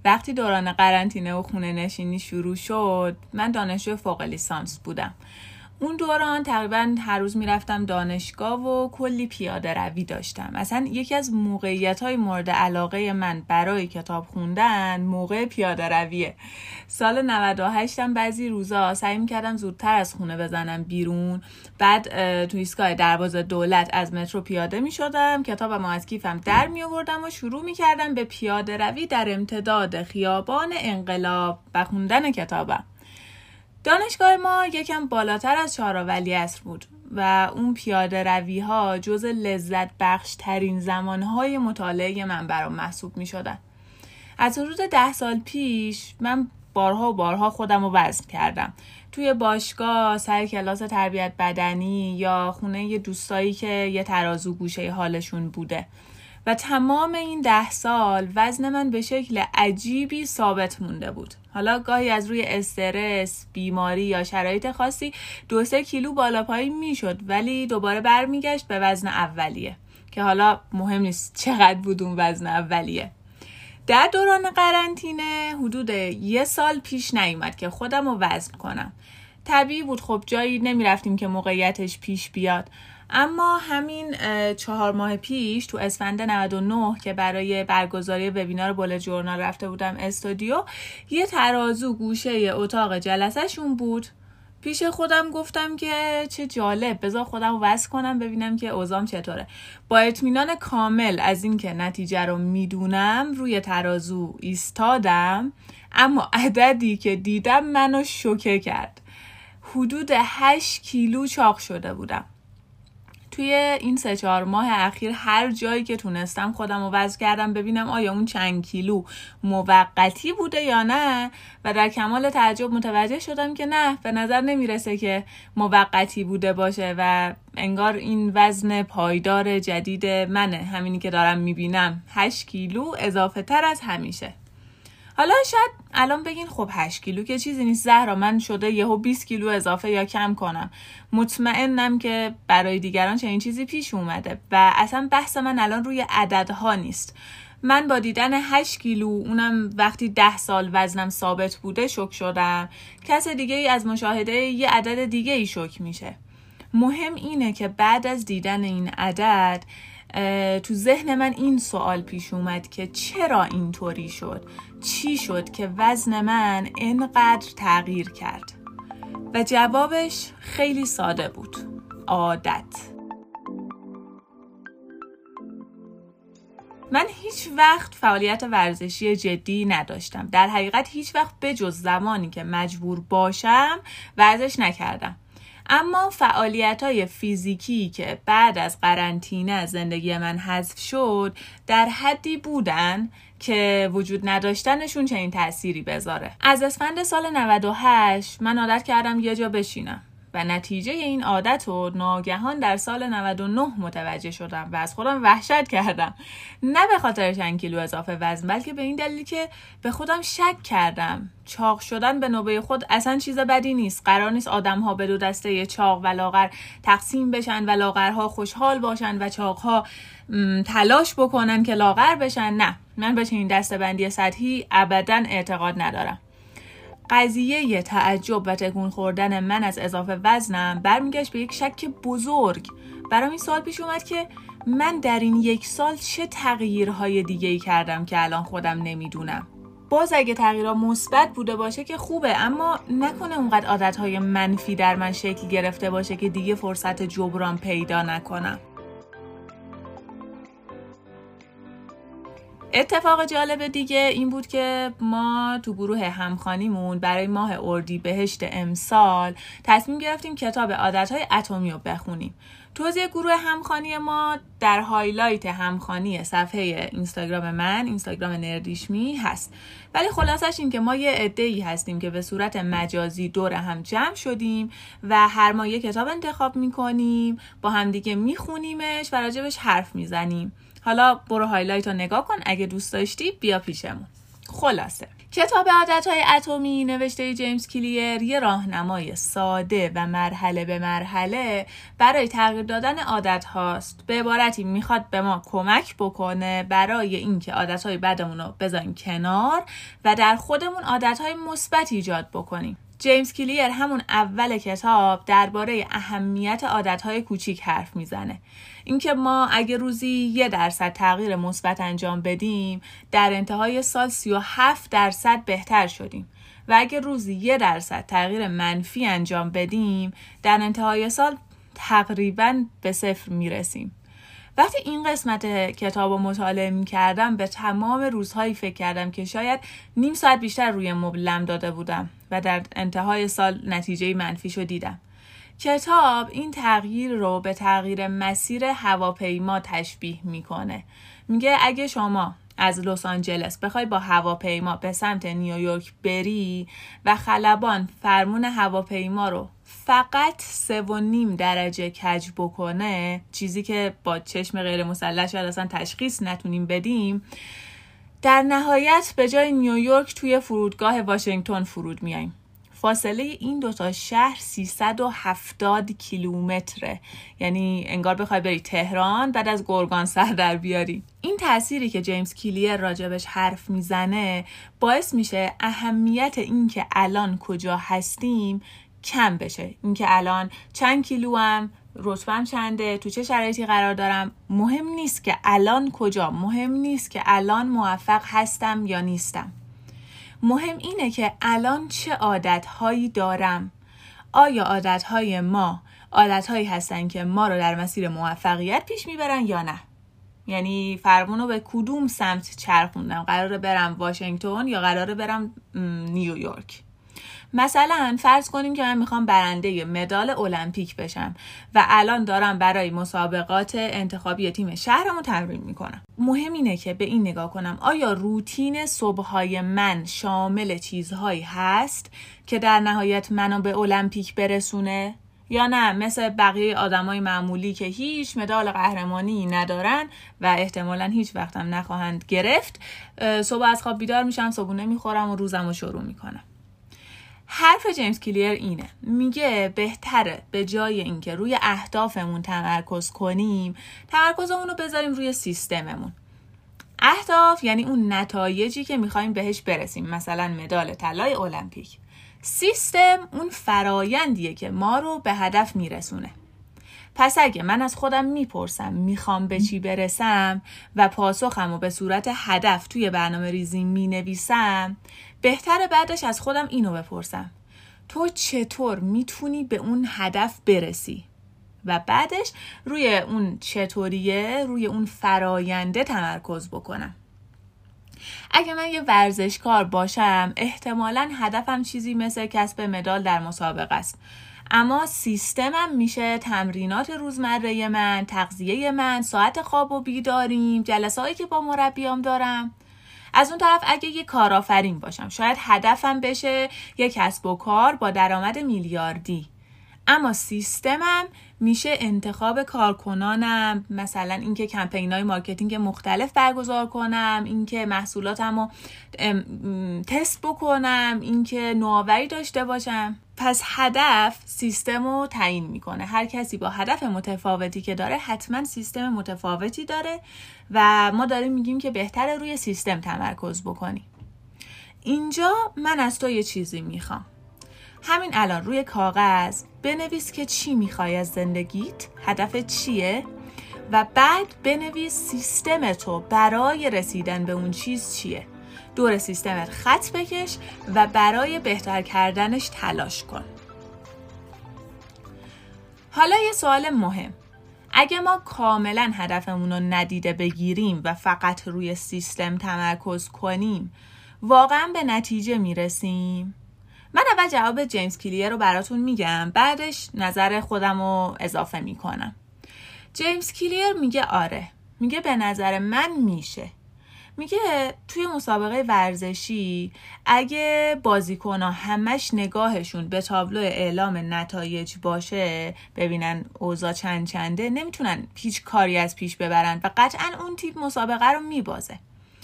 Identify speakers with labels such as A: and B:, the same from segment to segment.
A: وقتی دوران قرنطینه و خونه نشینی شروع شد، من دانشجو فوق لیسانس بودم. اون دوران تقریبا هر روز میرفتم دانشگاه و کلی پیاده روی داشتم. اصلا یکی از موقعیت‌های مورد علاقه من برای کتاب خوندن موقع پیاده رویه. سال 98 هم بعضی روزا سعی می‌کردم زودتر از خونه بزنم بیرون. بعد تو ایستگاه دروازه دولت از مترو پیاده می‌شدم، کتابم از کیفم در می‌آوردم و شروع می‌کردم به پیاده روی در امتداد خیابان انقلاب و خوندن کتابم. دانشگاه ما یکم بالاتر از چهارراه ولیعصر بود و اون پیاده روی ها جز لذت بخش ترین زمانهای مطالعه من برام محسوب می شدن. از حدود 10 سال پیش من بارها خودم رو وزن کردم. توی باشگاه، سر کلاس تربیت بدنی یا خونه یه دوستایی که یه ترازو گوشه حالشون بوده. و تمام این 10 سال وزن من به شکل عجیبی ثابت مونده بود. حالا گاهی از روی استرس، بیماری یا شرایط خاصی 2-3 کیلو بالا پایین میشد، ولی دوباره برمیگشت به وزن اولیه که حالا مهم نیست چقدر بود اون وزن اولیه. در دوران قرنطینه حدود 1 سال پیش نیومد که خودم رو وزن کنم. طبیعی بود، خب جایی نمیرفتیم که موقعیتش پیش بیاد. اما همین 4 ماه پیش تو اسفند 99 که برای برگزاری وبینار بولت ژورنال رفته بودم استودیو، یه ترازو گوشه اتاق جلسه‌شون بود. پیش خودم گفتم که چه جالب، بذار خودم وزن کنم ببینم که اوضاعم چطوره. با اطمینان کامل از این که نتیجه رو میدونم روی ترازو ایستادم، اما عددی که دیدم منو شوکه کرد. حدود 8 کیلو چاق شده بودم. توی این 3-4 ماه اخیر هر جایی که تونستم خودم رو وزن کردم ببینم آیا اون چند کیلو موقتی بوده یا نه، و در کمال تعجب متوجه شدم که نه، به نظر نمیرسه که موقتی بوده باشه و انگار این وزن پایدار جدید منه، همینی که دارم میبینم، 8 کیلو اضافه تر از همیشه. حالا شاید الان بگین خب 8 کیلو که چیزی نیست زهرا، من شده یهو 20 کیلو اضافه یا کم کنم. مطمئنم که برای دیگران چنین چیزی پیش اومده و اصلا بحث من الان روی عددها نیست. من با دیدن 8 کیلو، اونم وقتی 10 سال وزنم ثابت بوده، شوک شدم. کس دیگه ای از مشاهده یه عدد دیگه ای شوک میشه. مهم اینه که بعد از دیدن این عدد تو ذهن من این سوال پیش اومد که چرا اینطوری شد؟ چی شد که وزن من اینقدر تغییر کرد؟ و جوابش خیلی ساده بود: عادت. من هیچ وقت فعالیت ورزشی جدی نداشتم. در حقیقت هیچ وقت بجز زمانی که مجبور باشم ورزش نکردم. اما فعالیت‌های فیزیکی که بعد از قرنطینه از زندگی من حذف شد در حدی بودن که وجود نداشتنشون چنین تأثیری بذاره. از اسفند سال 98 من عادت کردم یه جا بشینم و نتیجه این عادت رو ناگهان در سال 99 متوجه شدم و از خودم وحشت کردم. نه به خاطر چند کیلو اضافه وزن، بلکه به این دلیل که به خودم شک کردم. چاق شدن به نوبه خود اصلا چیز بدی نیست. قرار نیست آدم‌ها به دو دسته چاق و لاغر تقسیم بشن و لاغرها خوشحال باشن و چاق‌ها تلاش بکنن که لاغر بشن. نه، من به چنین دسته‌بندی سطحی ابداً اعتقاد ندارم. قضیه تعجب و تکون خوردن من از اضافه وزنم برمیگشت به یک شک بزرگ. برام این سوال پیش اومد که من در این 1 سال چه تغییرهای دیگه‌ای کردم که الان خودم نمیدونم. باز اگه تغییرها مثبت بوده باشه که خوبه، اما نکنه اونقدر عادتهای منفی در من شکل گرفته باشه که دیگه فرصت جبران پیدا نکنم. اتفاق جالب دیگه این بود که ما تو گروه همخوانیمون برای ماه اردیبهشت امسال تصمیم گرفتیم کتاب عادتهای اتمی رو بخونیم. توضیح گروه همخوانی ما در هایلایت همخوانی صفحه اینستاگرام من، اینستاگرام نردیشمی هست. ولی خلاصش این که ما یه عده‌ای هستیم که به صورت مجازی دور هم جمع شدیم و هر ماه یه کتاب انتخاب میکنیم، با همدیگه میخونیمش و راجبش حرف میزنیم. حالا برو هایلایت رو نگاه کن، اگه دوست داشتی بیا پیشمون. خلاصه کتاب عادت‌های اتمی نوشته جیمز کلیر یه راهنمای ساده و مرحله به مرحله برای تغییر دادن عادت هاست. به عبارتی میخواد به ما کمک بکنه برای اینکه عادت‌های بدمون رو بذاریم کنار و در خودمون عادت‌های مثبت ایجاد بکنیم. جیمز کلیر همون اول کتاب درباره اهمیت عادت‌های کوچیک حرف میزنه. اینکه ما اگه روزی 1% تغییر مثبت انجام بدیم، در انتهای سال 37% بهتر شدیم و اگه روزی 1% تغییر منفی انجام بدیم، در انتهای سال تقریباً به 0 میرسیم. وقتی این قسمت کتاب رو مطالعه می‌کردم به تمام روزهایی فکر کردم که شاید نیم ساعت بیشتر روی مبل لم داده بودم و در انتهای سال نتیجه منفیشو دیدم. کتاب این تغییر رو به تغییر مسیر هواپیما تشبیه میکنه. میگه اگه شما از لس آنجلس بخوای با هواپیما به سمت نیویورک بری و خلبان فرمون هواپیما رو فقط 3.5 درجه کج بکنه، چیزی که با چشم غیر مسلح شاید اصلا تشخیص نتونیم بدیم، در نهایت به جای نیویورک توی فرودگاه واشنگتن فرود میاییم. فاصله این دوتا شهر 370 کیلومتره، یعنی انگار بخوای بری تهران بعد از گرگان سر در بیاری. این تأثیری که جیمز کلیر راجبش حرف میزنه باعث میشه اهمیت این که الان کجا هستیم کم بشه. این که الان چند کیلوام، رتبه‌ام چنده، تو چه شرایطی قرار دارم، مهم نیست که الان کجا، مهم نیست که الان موفق هستم یا نیستم. مهم اینه که الان چه عادت‌هایی دارم. آیا عادت‌های ما عادت‌هایی هستن که ما رو در مسیر موفقیت پیش میبرن یا نه؟ یعنی فرمون رو به کدوم سمت چرخوندم؟ قراره برم واشنگتن یا قراره برم نیویورک؟ مثلا فرض کنیم که من میخوام برنده مدال المپیک بشم و الان دارم برای مسابقات انتخابی تیم شهرمو تمرین میکنم. مهم اینه که به این نگاه کنم آیا روتین صبحهای من شامل چیزهایی هست که در نهایت منو به المپیک برسونه یا نه مثل بقیه آدمای معمولی که هیچ مدال قهرمانی ندارن و احتمالاً هیچ وقتم نخواهند گرفت، صبح از خواب بیدار میشم، صبحونه میخورم و روزمو شروع میکنم. حرف جیمز کلیر اینه، میگه بهتره به جای اینکه روی اهدافمون تمرکز کنیم، تمرکزمون رو بذاریم روی سیستممون. اهداف یعنی اون نتایجی که میخوایم بهش برسیم، مثلا مدال طلای المپیک. سیستم اون فرایندیه که ما رو به هدف میرسونه. پس اگه من از خودم میپرسم میخوام به چی برسم و پاسخم رو به صورت هدف توی برنامه ریزی مینویسم، بهتره بعدش از خودم اینو بپرسم: تو چطور میتونی به اون هدف برسی؟ و بعدش روی اون چطوریه، روی اون فراینده تمرکز بکنم. اگه من یه ورزشکار باشم، احتمالاً هدفم چیزی مثل کسب مدال در مسابقه است. اما سیستمم میشه تمرینات روزمره من، تغذیه من، ساعت خواب و بیداریم، جلسه‌هایی که با مربیام دارم. از اون طرف اگه یه کارآفرین باشم، شاید هدفم بشه یه کسب و کار با درآمد میلیاردی. اما سیستمم میشه انتخاب کارکنانم، مثلا اینکه کمپین‌های مارکتینگ مختلف برگزار کنم، اینکه محصولاتمو تست بکنم، اینکه نوآوری داشته باشم. پس هدف سیستمو تعیین میکنه. هر کسی با هدف متفاوتی که داره حتما سیستم متفاوتی داره و ما داریم میگیم که بهتره روی سیستم تمرکز بکنی. اینجا من از تو یه چیزی میخوام. همین الان روی کاغذ بنویس که چی میخوای از زندگیت، هدف چیه، و بعد بنویس سیستم تو برای رسیدن به اون چیز چیه. دور سیستمت خط بکش و برای بهتر کردنش تلاش کن. حالا یه سوال مهم: اگه ما کاملا هدفمون رو ندیده بگیریم و فقط روی سیستم تمرکز کنیم، واقعا به نتیجه میرسیم؟ من اول جواب جیمز کلیر رو براتون میگم، بعدش نظر خودم رو اضافه میکنم. جیمز کلیر میگه آره، میگه به نظر من میشه. میگه توی مسابقه ورزشی اگه بازیکن‌ها همش نگاهشون به تابلو اعلام نتایج باشه، ببینن اوضاع چنده، نمیتونن هیچ کاری از پیش ببرن و قطعاً اون تیپ مسابقه رو میبازه.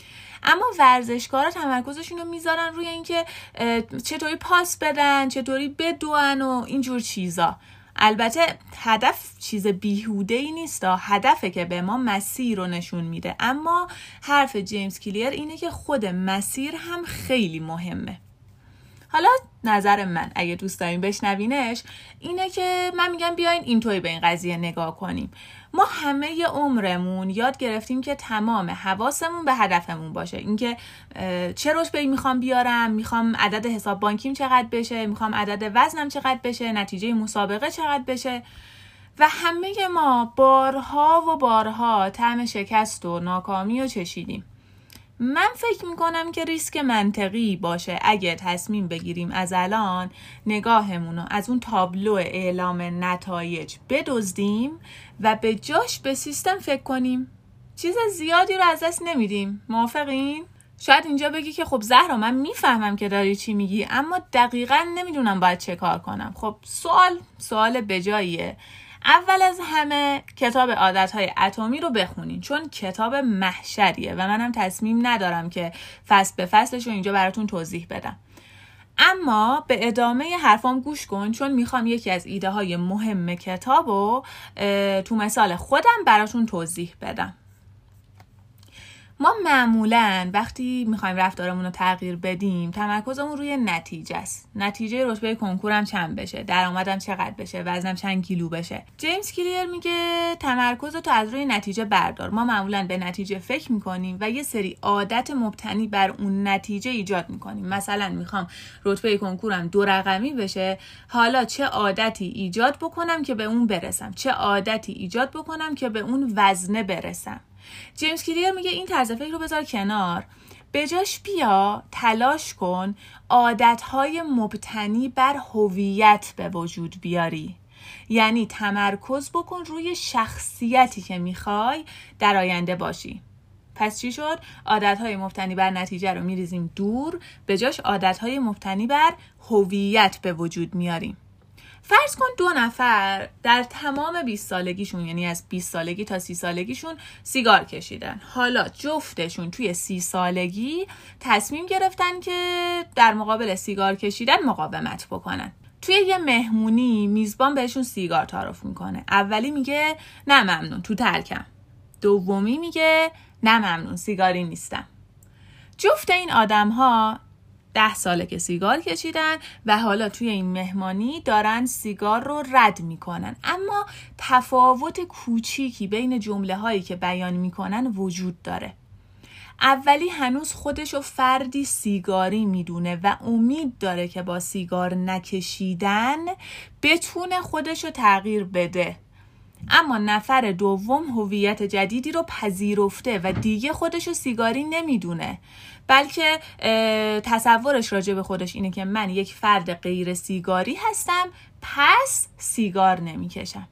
A: اما ورزشکارا تمرکزشون رو میذارن روی اینکه چطوری پاس بدن، چطوری بدون و اینجور چیزا. البته هدف چیز بیهوده‌ای نیست، هدفه که به ما مسیر رو نشون میده، اما حرف جیمز کلیر اینه که خود مسیر هم خیلی مهمه. حالا نظر من، اگه دوست دارین بشنوینش، اینه که من میگم بیاین اینطوری به این قضیه نگاه کنیم. ما همه عمرمون یاد گرفتیم که تمام حواسمون به هدفمون باشه، اینکه چه رتبه‌ای میخوام بیارم، میخوام عدد حساب بانکیم چقدر بشه، میخوام عدد وزنم چقدر بشه، نتیجه مسابقه چقدر بشه. و همه ما بارها و بارها طعم شکست و ناکامی رو چشیدیم. من فکر میکنم که ریسک منطقی باشه اگه تصمیم بگیریم از الان نگاهمون رو از اون تابلو اعلام نتایج بدزدیم و به جاش به سیستم فکر کنیم. چیز زیادی رو از دست نمیدیم. موافقین؟ شاید اینجا بگی که خب زهرا من میفهمم که داری چی میگی، اما دقیقاً نمیدونم باید چه کار کنم. خب سوال بجاییه. اول از همه کتاب عادتهای اتمی رو بخونین، چون کتاب محشریه و منم تصمیم ندارم که فصل به فصلش رو اینجا براتون توضیح بدم. اما به ادامه حرفام گوش کن، چون میخوام یکی از ایده های مهم کتاب رو تو مثال خودم براتون توضیح بدم. ما معمولاً وقتی میخوایم رفتارمون رو تغییر بدیم تمرکزمون روی نتیجه است. نتیجه رتبه کنکورم چند بشه، درآمدم چقدر بشه، وزنم چند کیلو بشه. جیمز کلیر میگه تمرکزتو از روی نتیجه بردار. ما معمولاً به نتیجه فکر میکنیم و یه سری عادت مبتنی بر اون نتیجه ایجاد میکنیم. مثلا میخوام رتبه کنکورم 2 رقمی بشه، حالا چه عادتی ایجاد بکنم که به اون برسم، چه عادتی ایجاد بکنم که به اون وزنه برسم. جیمز کلیر میگه این طرز فکر رو بذار کنار، به جاش بیا تلاش کن عادتهای مبتنی بر هویت به وجود بیاری. یعنی تمرکز بکن روی شخصیتی که میخوای در آینده باشی. پس چی شد؟ عادتهای مبتنی بر نتیجه رو میریزیم دور، به جاش عادتهای مبتنی بر هویت به وجود میاریم. فرض کن 2 نفر در تمام 20 سالگیشون، یعنی از 20 سالگی تا 30 سالگیشون سیگار کشیدن. حالا جفتشون توی 30 سالگی تصمیم گرفتن که در مقابل سیگار کشیدن مقاومت بکنن. توی یه مهمونی میزبان بهشون سیگار تعارف میکنه. اولی میگه نه ممنون، تو ترکم. دومی میگه نه ممنون، سیگاری نیستم. جفت این آدم‌ها 10 ساله که سیگار کشیدن و حالا توی این مهمانی دارن سیگار رو رد میکنن، اما تفاوت کوچیکی بین جمله هایی که بیان میکنن وجود داره. اولی هنوز خودشو فردی سیگاری میدونه و امید داره که با سیگار نکشیدن بتونه خودشو تغییر بده، اما نفر دوم هویت جدیدی رو پذیرفته و دیگه خودشو سیگاری نمیدونه، بلکه تصورش راجع به خودش اینه که من یک فرد غیر سیگاری هستم، پس سیگار نمیکشم.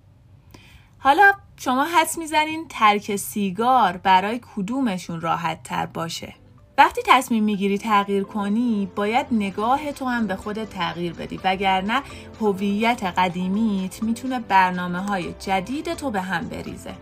A: حالا شما حدس میزنین ترک سیگار برای کدومشون راحت تر باشه؟ وقتی تصمیم میگیری تغییر کنی باید نگاه تو هم به خودت تغییر بدی، وگرنه هویت قدیمیت میتونه برنامه‌های جدید تو به هم بریزه.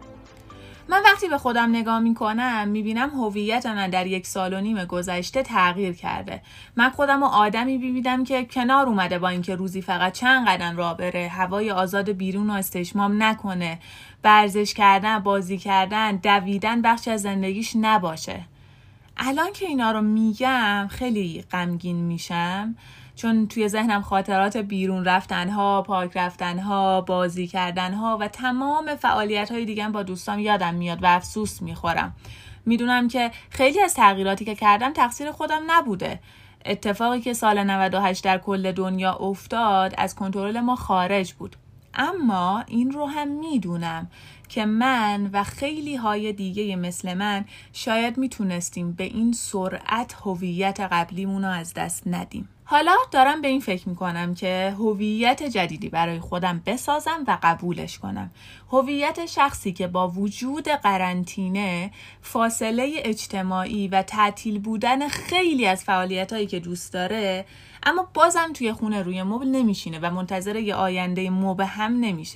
A: من وقتی به خودم نگاه میکنم میبینم هویت من در 1.5 سال گذشته تغییر کرده. من خودم رو آدمی میبینم که کنار اومده با اینکه روزی فقط چند قدم راه بره، هوای آزاد بیرون رو استشمام نکنه، ورزش کردن، بازی کردن، دویدن بخشی از زندگیش نباشه. الان که اینا رو میگم خیلی غمگین میشم، چون توی ذهنم خاطرات بیرون رفتنها، پارک رفتنها، بازی کردنها و تمام فعالیت‌های دیگه با دوستام یادم میاد و افسوس میخورم. میدونم که خیلی از تغییراتی که کردم تقصیر خودم نبوده. اتفاقی که سال 98 در کل دنیا افتاد از کنترل ما خارج بود. اما این رو هم میدونم که من و خیلی های دیگه مثل من شاید میتونستیم به این سرعت هویت قبلیمون رو از دست ندیم. حالا دارم به این فکر میکنم که هویت جدیدی برای خودم بسازم و قبولش کنم. هویت شخصی که با وجود قرنطینه، فاصله اجتماعی و تعطیل بودن خیلی از فعالیتایی که دوست داره، اما بازم توی خونه روی مبل نمیشینه و منتظر یه آینده مبهم نمیشه.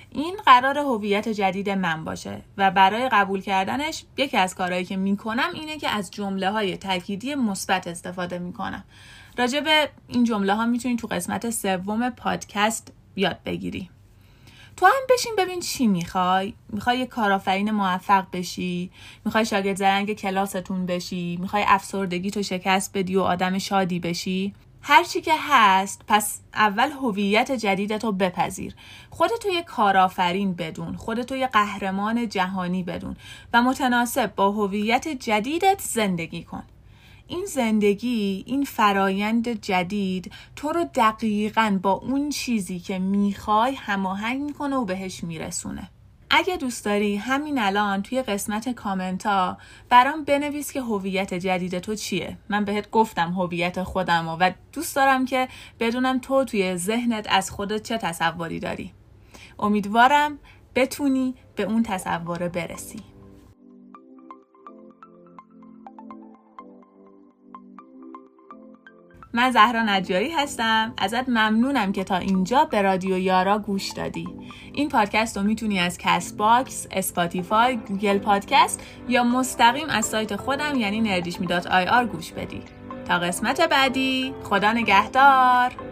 A: این قرار هویت جدید من باشه و برای قبول کردنش یکی از کارهایی که میکنم اینه که از جمله‌های تأکیدی مثبت استفاده میکنم. راجع به این جمله‌ها میتونی تو قسمت 3 پادکست یاد بگیری. تو هم بشین ببین چی میخوای یه کارآفرین موفق بشی، میخوای شاگرد زرنگ کلاستون بشی، میخوای افسردگی تو شکست بدی و آدم شادی بشی. هر چی که هست، پس اول هویت جدیدتو بپذیر. خودتو یه کارآفرین بدون، خودتو یه قهرمان جهانی بدون و متناسب با هویت جدیدت زندگی کن. این زندگی، این فرایند جدید تو رو دقیقاً با اون چیزی که میخوای هماهنگ میکنه و بهش میرسونه. اگه دوست داری همین الان توی قسمت کامنتا برام بنویس که هویت جدید تو چیه. من بهت گفتم هویت خودم و دوست دارم که بدونم تو توی ذهنت از خودت چه تصوری داری. امیدوارم بتونی به اون تصور برسی. من زهرا نجاری هستم. ازت ممنونم که تا اینجا به رادیو یارا گوش دادی. این پادکست رو میتونی از کست باکس، اسپاتیفای، گوگل پادکست یا مستقیم از سایت خودم یعنی nerdishme.ir گوش بدی. تا قسمت بعدی، خدا نگهدار.